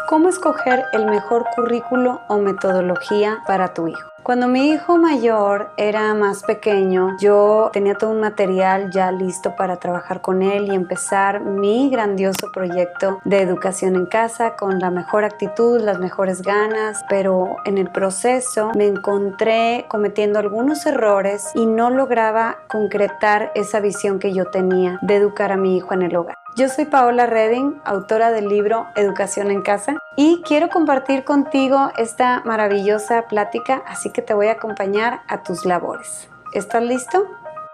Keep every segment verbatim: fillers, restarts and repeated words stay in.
¿Cómo escoger el mejor currículo o metodología para tu hijo? Cuando mi hijo mayor era más pequeño, yo tenía todo un material ya listo para trabajar con él y empezar mi grandioso proyecto de educación en casa con la mejor actitud, las mejores ganas, pero en el proceso me encontré cometiendo algunos errores y no lograba concretar esa visión que yo tenía de educar a mi hijo en el hogar. Yo soy Paola Redding, autora del libro Educación en Casa, y quiero compartir contigo esta maravillosa plática, así que te voy a acompañar a tus labores. ¿Estás listo?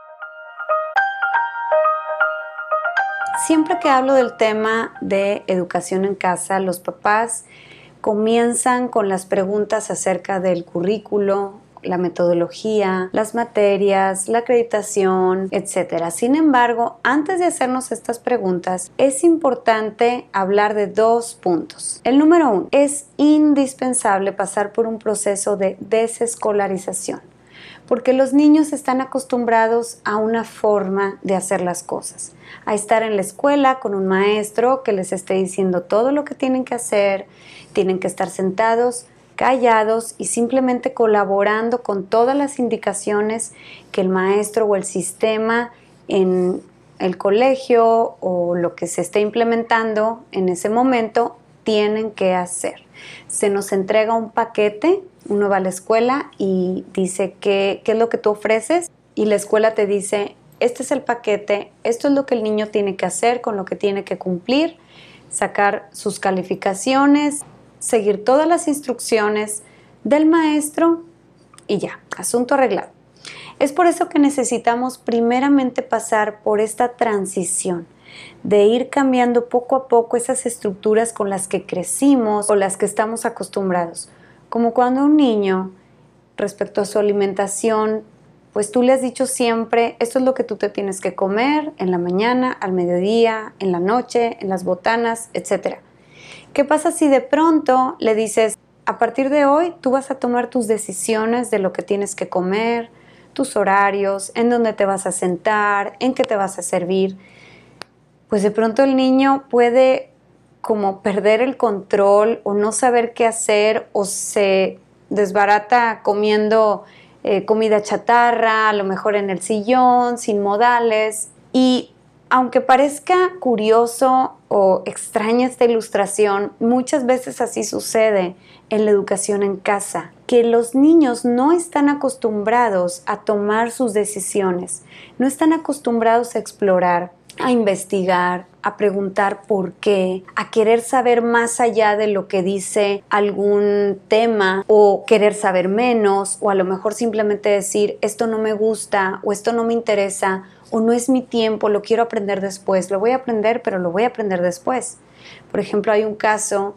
Siempre que hablo del tema de educación en casa, los papás comienzan con las preguntas acerca del currículo, la metodología, las materias, la acreditación, etcétera. Sin embargo, antes de hacernos estas preguntas, es importante hablar de dos puntos. El número uno, es indispensable pasar por un proceso de desescolarización, porque los niños están acostumbrados a una forma de hacer las cosas, a estar en la escuela con un maestro que les esté diciendo todo lo que tienen que hacer, tienen que estar sentados, callados y simplemente colaborando con todas las indicaciones que el maestro o el sistema en el colegio o lo que se esté implementando en ese momento tienen que hacer. Se nos entrega un paquete, uno va a la escuela y dice qué, qué es lo que tú ofreces y la escuela te dice, este es el paquete, esto es lo que el niño tiene que hacer, con lo que tiene que cumplir, sacar sus calificaciones, seguir todas las instrucciones del maestro y ya, asunto arreglado. Es por eso que necesitamos primeramente pasar por esta transición de ir cambiando poco a poco esas estructuras con las que crecimos o las que estamos acostumbrados. Como cuando un niño, respecto a su alimentación, pues tú le has dicho siempre, esto es lo que tú te tienes que comer en la mañana, al mediodía, en la noche, en las botanas, etcétera. ¿Qué pasa si de pronto le dices, a partir de hoy tú vas a tomar tus decisiones de lo que tienes que comer, tus horarios, en dónde te vas a sentar, en qué te vas a servir? Pues de pronto el niño puede como perder el control o no saber qué hacer o se desbarata comiendo eh, comida chatarra, a lo mejor en el sillón, sin modales. Y aunque parezca curioso o extraña esta ilustración, muchas veces así sucede en la educación en casa, que los niños no están acostumbrados a tomar sus decisiones, no están acostumbrados a explorar, a investigar, a preguntar por qué, a querer saber más allá de lo que dice algún tema o querer saber menos o a lo mejor simplemente decir esto no me gusta o esto no me interesa o no es mi tiempo, lo quiero aprender después, lo voy a aprender pero lo voy a aprender después. Por ejemplo, hay un caso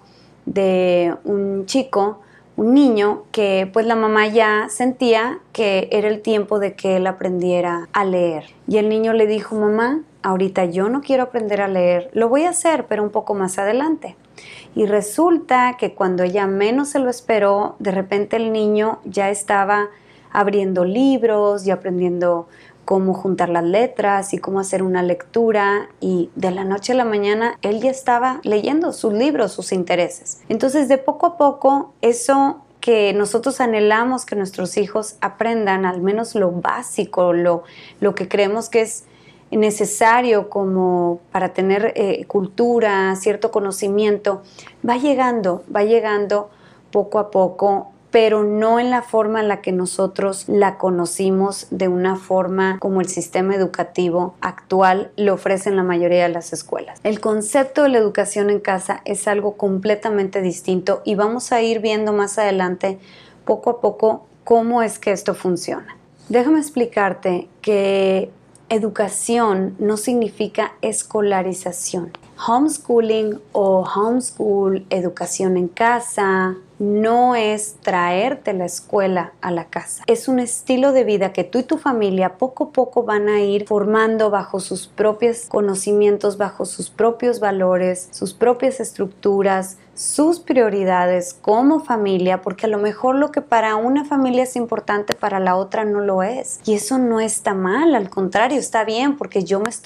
de un chico, un niño que pues la mamá ya sentía que era el tiempo de que él aprendiera a leer y el niño le dijo, mamá, ahorita yo no quiero aprender a leer, lo voy a hacer, pero un poco más adelante. Y resulta que cuando ella menos se lo esperó, de repente el niño ya estaba abriendo libros y aprendiendo cómo juntar las letras y cómo hacer una lectura y de la noche a la mañana él ya estaba leyendo sus libros, sus intereses. Entonces de poco a poco eso que nosotros anhelamos que nuestros hijos aprendan, al menos lo básico, lo, lo que creemos que es necesario como para tener eh, cultura, cierto conocimiento, va llegando, va llegando poco a poco, pero no en la forma en la que nosotros la conocimos, de una forma como el sistema educativo actual lo ofrece en la mayoría de las escuelas. El concepto de la educación en casa es algo completamente distinto y vamos a ir viendo más adelante poco a poco cómo es que esto funciona. Déjame explicarte que educación no significa escolarización. Homeschooling o homeschool, educación en casa, no es traerte la escuela a la casa. Es un estilo de vida que tú y tu familia poco a poco van a ir formando bajo sus propios conocimientos, bajo sus propios valores, sus propias estructuras, sus prioridades como familia, porque a lo mejor lo que para una familia es importante, para la otra no lo es. Y eso no está mal, al contrario, está bien, porque yo me estoy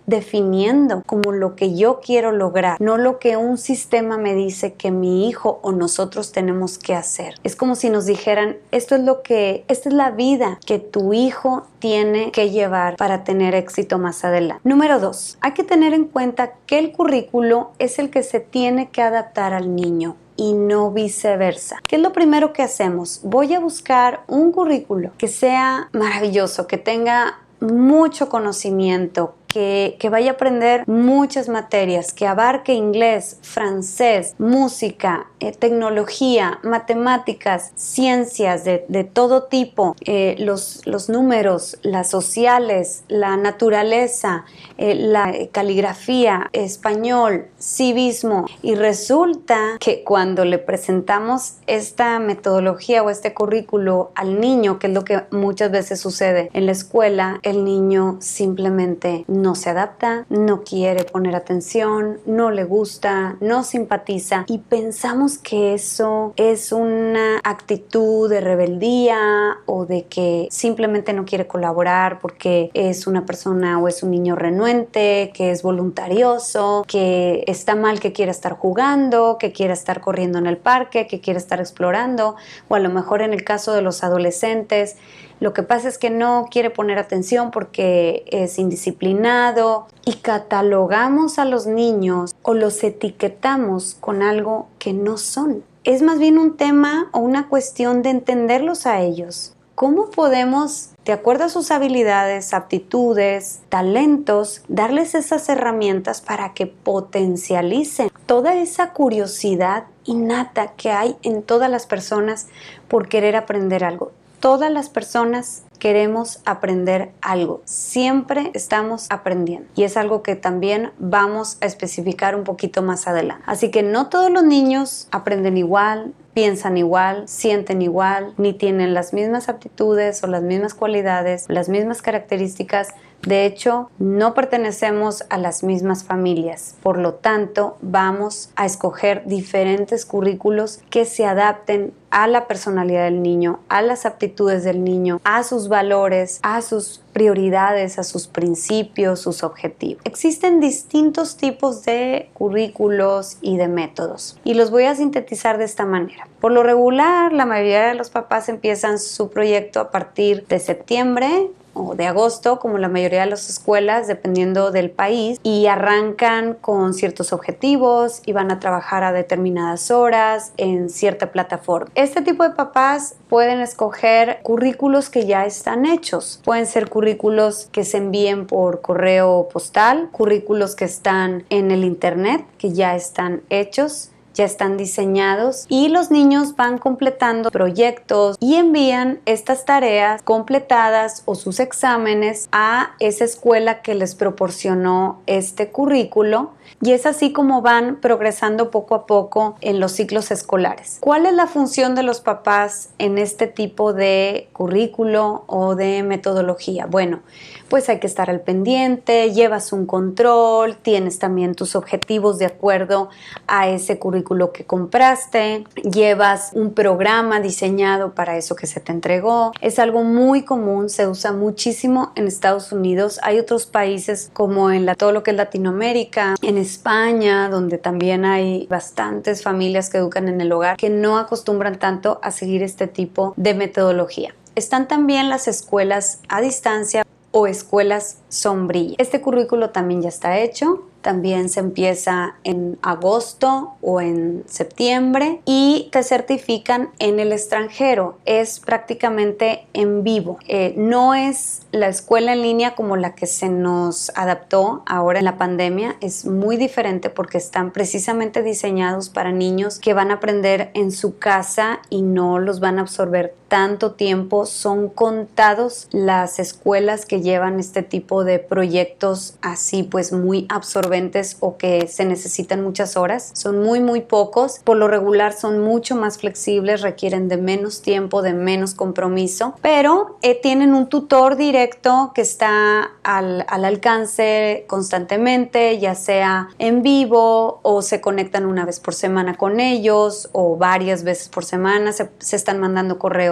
definiendo como lo que yo quiero lograr, no lo que un sistema me dice que mi hijo o nosotros tenemos que hacer. Es como si nos dijeran, esto es lo que, esta es la vida que tu hijo tiene que llevar para tener éxito más adelante. Número dos, hay que tener en cuenta que el currículo es el que se tiene que adaptar al niño y no viceversa. ¿Qué es lo primero que hacemos? Voy a buscar un currículo que sea maravilloso, que tenga mucho conocimiento, que, que vaya a aprender muchas materias, que abarque inglés, francés, música, eh, tecnología, matemáticas, ciencias de, de todo tipo, eh, los, los números, las sociales, la naturaleza, eh, la caligrafía, español, civismo. Y resulta que cuando le presentamos esta metodología o este currículo al niño, que es lo que muchas veces sucede en la escuela, el niño simplemente no se adapta, no quiere poner atención, no le gusta, no simpatiza y pensamos que eso es una actitud de rebeldía o de que simplemente no quiere colaborar porque es una persona o es un niño renuente, que es voluntarioso, que está mal que quiera estar jugando, que quiera estar corriendo en el parque, que quiere estar explorando, o a lo mejor en el caso de los adolescentes, lo que pasa es que no quiere poner atención porque es indisciplinado y catalogamos a los niños o los etiquetamos con algo que no son. Es más bien un tema o una cuestión de entenderlos a ellos. ¿Cómo podemos, de acuerdo a sus habilidades, aptitudes, talentos, darles esas herramientas para que potencialicen toda esa curiosidad innata que hay en todas las personas por querer aprender algo? Todas las personas queremos aprender algo. Siempre estamos aprendiendo. Y es algo que también vamos a especificar un poquito más adelante. Así que no todos los niños aprenden igual, piensan igual, sienten igual, ni tienen las mismas aptitudes o las mismas cualidades, las mismas características. De hecho, no pertenecemos a las mismas familias. Por lo tanto, vamos a escoger diferentes currículos que se adapten a la personalidad del niño, a las aptitudes del niño, a sus valores, a sus prioridades, a sus principios, sus objetivos. Existen distintos tipos de currículos y de métodos y los voy a sintetizar de esta manera. Por lo regular, la mayoría de los papás empiezan su proyecto a partir de septiembre o de agosto, como la mayoría de las escuelas, dependiendo del país, y arrancan con ciertos objetivos y van a trabajar a determinadas horas en cierta plataforma. Este tipo de papás pueden escoger currículos que ya están hechos. Pueden ser currículos que se envíen por correo postal, currículos que están en el internet, que ya están hechos, ya están diseñados y los niños van completando proyectos y envían estas tareas completadas o sus exámenes a esa escuela que les proporcionó este currículo y es así como van progresando poco a poco en los ciclos escolares. ¿Cuál es la función de los papás en este tipo de currículo o de metodología? Bueno, pues hay que estar al pendiente, llevas un control, tienes también tus objetivos de acuerdo a ese currículo que compraste, llevas un programa diseñado para eso que se te entregó. Es algo muy común, se usa muchísimo en Estados Unidos. Hay otros países como en la, todo lo que es Latinoamérica, en España, donde también hay bastantes familias que educan en el hogar que no acostumbran tanto a seguir este tipo de metodología. Están también las escuelas a distancia o escuelas sombrilla. Este currículo también ya está hecho. También se empieza en agosto o en septiembre y te certifican en el extranjero. Es prácticamente en vivo. Eh, no es la escuela en línea como la que se nos adaptó ahora en la pandemia. Es muy diferente porque están precisamente diseñados para niños que van a aprender en su casa y no los van a absorber tanto tiempo. Son contados las escuelas que llevan este tipo de proyectos así pues muy absorbentes o que se necesitan muchas horas. Son muy muy pocos. Por lo regular son mucho más flexibles, requieren de menos tiempo, de menos compromiso, pero eh, tienen un tutor directo que está al, al alcance constantemente, ya sea en vivo o se conectan una vez por semana con ellos o varias veces por semana. Se, se están mandando correos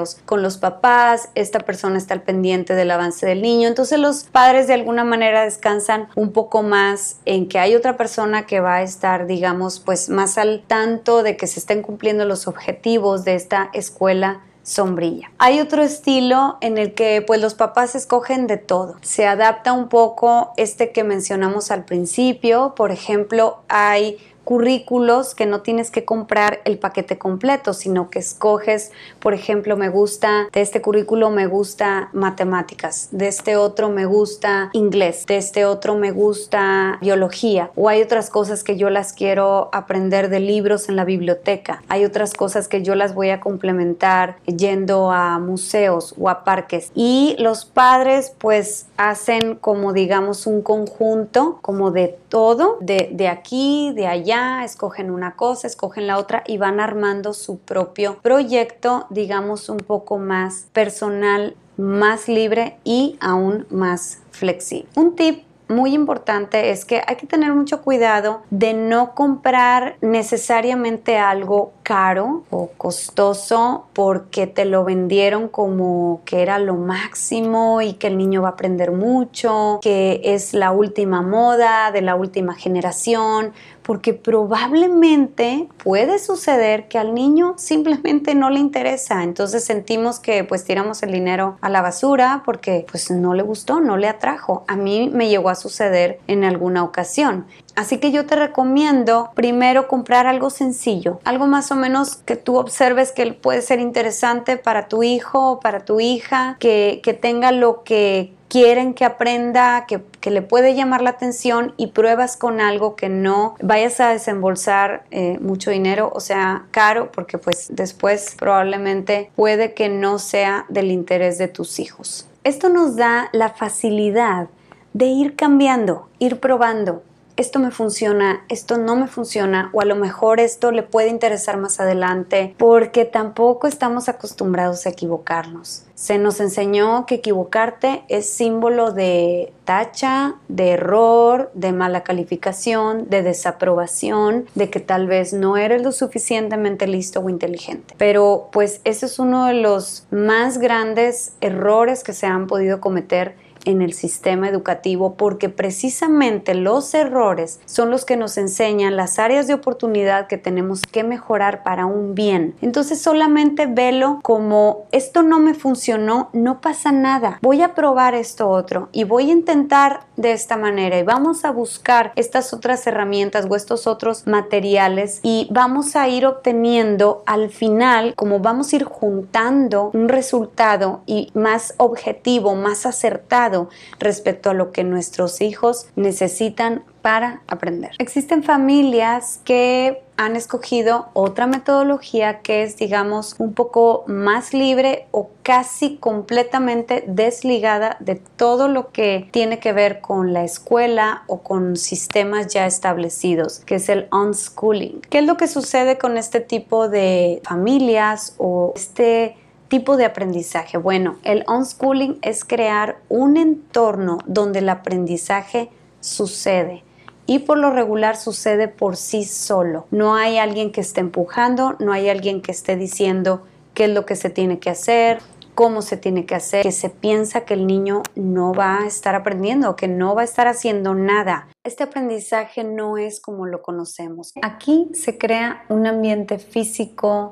videos con los papás, esta persona está al pendiente del avance del niño, entonces los padres de alguna manera descansan un poco más en que hay otra persona que va a estar, digamos, pues más al tanto de que se estén cumpliendo los objetivos de esta escuela sombrilla. Hay otro estilo en el que pues los papás escogen de todo. Se adapta un poco este que mencionamos al principio. Por ejemplo, hay currículos que no tienes que comprar el paquete completo, sino que escoges, por ejemplo, me gusta, de este currículo me gusta matemáticas, de este otro me gusta inglés, de este otro me gusta biología, o hay otras cosas que yo las quiero aprender de libros en la biblioteca, hay otras cosas que yo las voy a complementar yendo a museos o a parques, y los padres pues hacen como digamos un conjunto como de todo, de, de aquí, de allá, escogen una cosa, escogen la otra y van armando su propio proyecto, digamos un poco más personal, más libre y aún más flexible. Un tip muy importante es que hay que tener mucho cuidado de no comprar necesariamente algo caro o costoso porque te lo vendieron como que era lo máximo y que el niño va a aprender mucho, que es la última moda de la última generación, porque probablemente puede suceder que al niño simplemente no le interesa, entonces sentimos que pues tiramos el dinero a la basura porque pues no le gustó, no le atrajo. A mí me llegó a suceder en alguna ocasión. Así que yo te recomiendo primero comprar algo sencillo, algo más o menos que tú observes que puede ser interesante para tu hijo o para tu hija, que, que tenga lo que quieren que aprenda, que, que le puede llamar la atención y pruebas con algo que no vayas a desembolsar eh, mucho dinero, o sea, caro, porque pues después probablemente puede que no sea del interés de tus hijos. Esto nos da la facilidad de ir cambiando, ir probando. Esto me funciona, esto no me funciona, o a lo mejor esto le puede interesar más adelante, porque tampoco estamos acostumbrados a equivocarnos. Se nos enseñó que equivocarte es símbolo de tacha, de error, de mala calificación, de desaprobación, de que tal vez no eres lo suficientemente listo o inteligente. Pero pues ese es uno de los más grandes errores que se han podido cometer en el sistema educativo, porque precisamente los errores son los que nos enseñan las áreas de oportunidad que tenemos que mejorar para un bien. Entonces solamente velo como esto no me funcionó, no pasa nada, voy a probar esto otro y voy a intentar de esta manera y vamos a buscar estas otras herramientas o estos otros materiales y vamos a ir obteniendo al final, como vamos a ir juntando un resultado y más objetivo, más acertado respecto a lo que nuestros hijos necesitan para aprender. Existen familias que han escogido otra metodología que es, digamos, un poco más libre o casi completamente desligada de todo lo que tiene que ver con la escuela o con sistemas ya establecidos, que es el unschooling. ¿Qué es lo que sucede con este tipo de familias o este tipo de aprendizaje? Bueno, el unschooling es crear un entorno donde el aprendizaje sucede y por lo regular sucede por sí solo. No hay alguien que esté empujando, no hay alguien que esté diciendo qué es lo que se tiene que hacer, cómo se tiene que hacer, que se piensa que el niño no va a estar aprendiendo, que no va a estar haciendo nada. Este aprendizaje no es como lo conocemos. Aquí se crea un ambiente físico,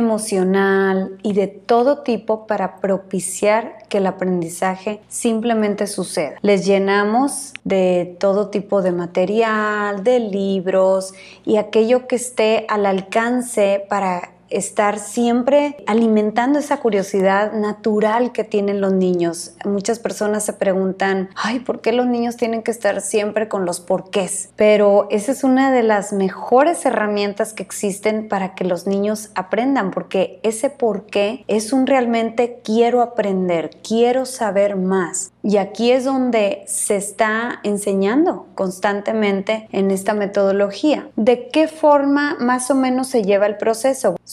emocional y de todo tipo para propiciar que el aprendizaje simplemente suceda. Les llenamos de todo tipo de material, de libros y aquello que esté al alcance para estar siempre alimentando esa curiosidad natural que tienen los niños. Muchas personas se preguntan, ay, ¿por qué los niños tienen que estar siempre con los porqués? Pero esa es una de las mejores herramientas que existen para que los niños aprendan, porque ese porqué es un realmente quiero aprender, quiero saber más. Y aquí es donde se está enseñando constantemente en esta metodología. ¿De qué forma más o menos se lleva el proceso?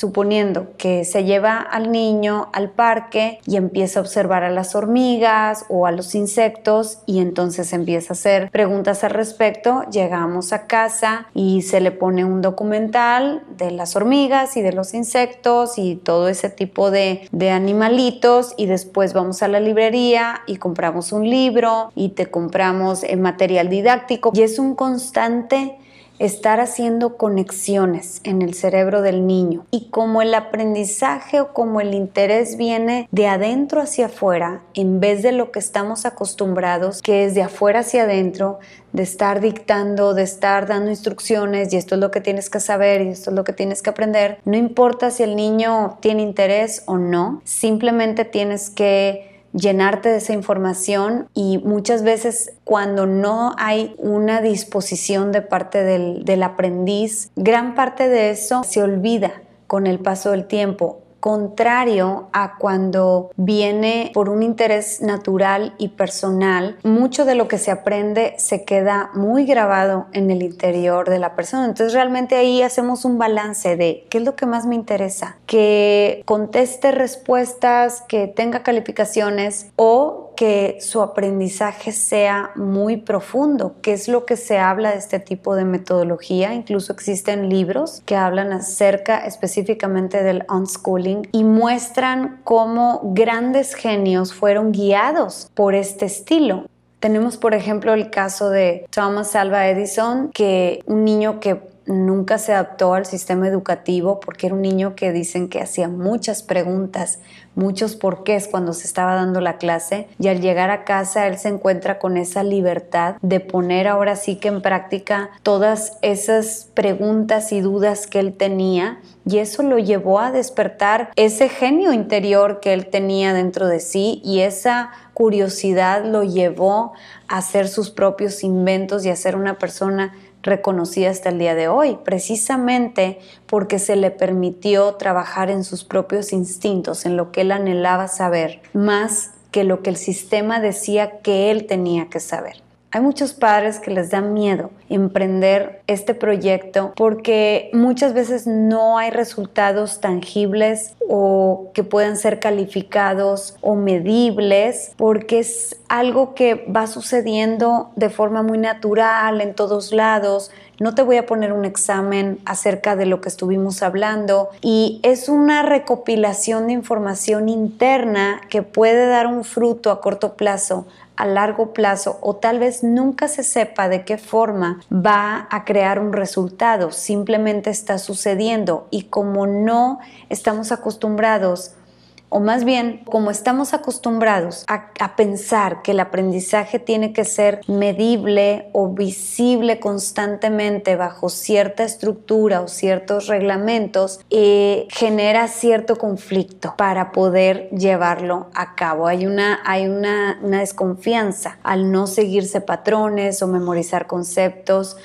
suponiendo que se lleva al niño al parque y empieza a observar a las hormigas o a los insectos y entonces empieza a hacer preguntas al respecto, llegamos a casa y se le pone un documental de las hormigas y de los insectos y todo ese tipo de, de animalitos, y después vamos a la librería y compramos un libro y te compramos eh, material didáctico, y es un constante estar haciendo conexiones en el cerebro del niño. Y como el aprendizaje o como el interés viene de adentro hacia afuera, en vez de lo que estamos acostumbrados, que es de afuera hacia adentro, de estar dictando, de estar dando instrucciones, y esto es lo que tienes que saber y esto es lo que tienes que aprender, no importa si el niño tiene interés o no, simplemente tienes que llenarte de esa información, y muchas veces cuando no hay una disposición de parte del, del aprendiz, gran parte de eso se olvida con el paso del tiempo. Contrario a cuando viene por un interés natural y personal, mucho de lo que se aprende se queda muy grabado en el interior de la persona. Entonces realmente ahí hacemos un balance de qué es lo que más me interesa, que conteste respuestas, que tenga calificaciones, o que su aprendizaje sea muy profundo, que es lo que se habla de este tipo de metodología. Incluso existen libros que hablan acerca específicamente del unschooling y muestran cómo grandes genios fueron guiados por este estilo. Tenemos, por ejemplo, el caso de Thomas Alva Edison, que un niño que nunca se adaptó al sistema educativo porque era un niño que dicen que hacía muchas preguntas, muchos porqués cuando se estaba dando la clase, y al llegar a casa él se encuentra con esa libertad de poner ahora sí que en práctica todas esas preguntas y dudas que él tenía, y eso lo llevó a despertar ese genio interior que él tenía dentro de sí, y esa curiosidad lo llevó a hacer sus propios inventos y a ser una persona reconocida hasta el día de hoy, precisamente porque se le permitió trabajar en sus propios instintos, en lo que él anhelaba saber, más que lo que el sistema decía que él tenía que saber. Hay muchos padres que les da miedo emprender este proyecto porque muchas veces no hay resultados tangibles o que puedan ser calificados o medibles, porque es algo que va sucediendo de forma muy natural en todos lados. No te voy a poner un examen acerca de lo que estuvimos hablando, y es una recopilación de información interna que puede dar un fruto a corto plazo, a largo plazo, o tal vez nunca se sepa de qué forma va a crear un resultado. Simplemente está sucediendo, y como no estamos acostumbrados, o más bien, como estamos acostumbrados a, a pensar que el aprendizaje tiene que ser medible o visible constantemente bajo cierta estructura o ciertos reglamentos, eh, genera cierto conflicto para poder llevarlo a cabo. Hay una, hay una, una desconfianza al no seguirse patrones o memorizar conceptos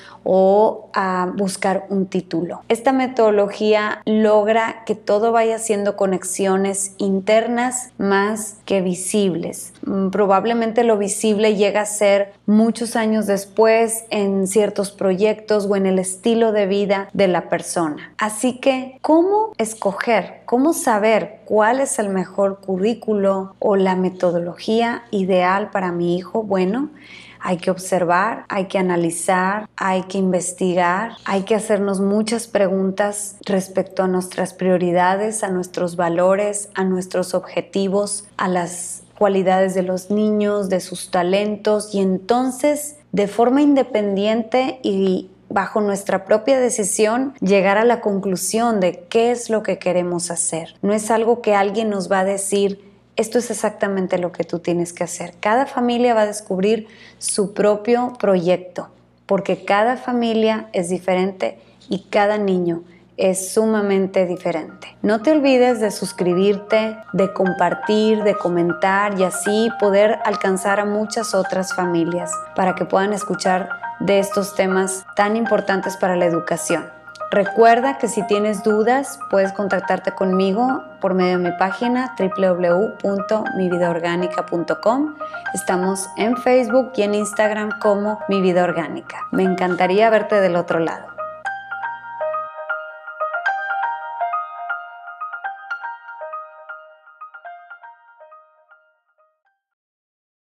o a buscar un título. Esta metodología logra que todo vaya haciendo conexiones internas más que visibles. Probablemente lo visible llega a ser muchos años después en ciertos proyectos o en el estilo de vida de la persona. Así que, ¿cómo escoger? ¿Cómo saber cuál es el mejor currículo o la metodología ideal para mi hijo? Bueno, hay que observar, hay que analizar, hay que investigar, hay que hacernos muchas preguntas respecto a nuestras prioridades, a nuestros valores, a nuestros objetivos, a las cualidades de los niños, de sus talentos, y entonces, de forma independiente y bajo nuestra propia decisión, llegar a la conclusión de qué es lo que queremos hacer. No es algo que alguien nos va a decir: esto es exactamente lo que tú tienes que hacer. Cada familia va a descubrir su propio proyecto, porque cada familia es diferente y cada niño es sumamente diferente. No te olvides de suscribirte, de compartir, de comentar, y así poder alcanzar a muchas otras familias para que puedan escuchar de estos temas tan importantes para la educación. Recuerda que si tienes dudas puedes contactarte conmigo por medio de mi página doble u doble u doble u punto mi vida orgánica punto com. Estamos en Facebook y en Instagram como Mi Vida Orgánica. Me encantaría verte del otro lado.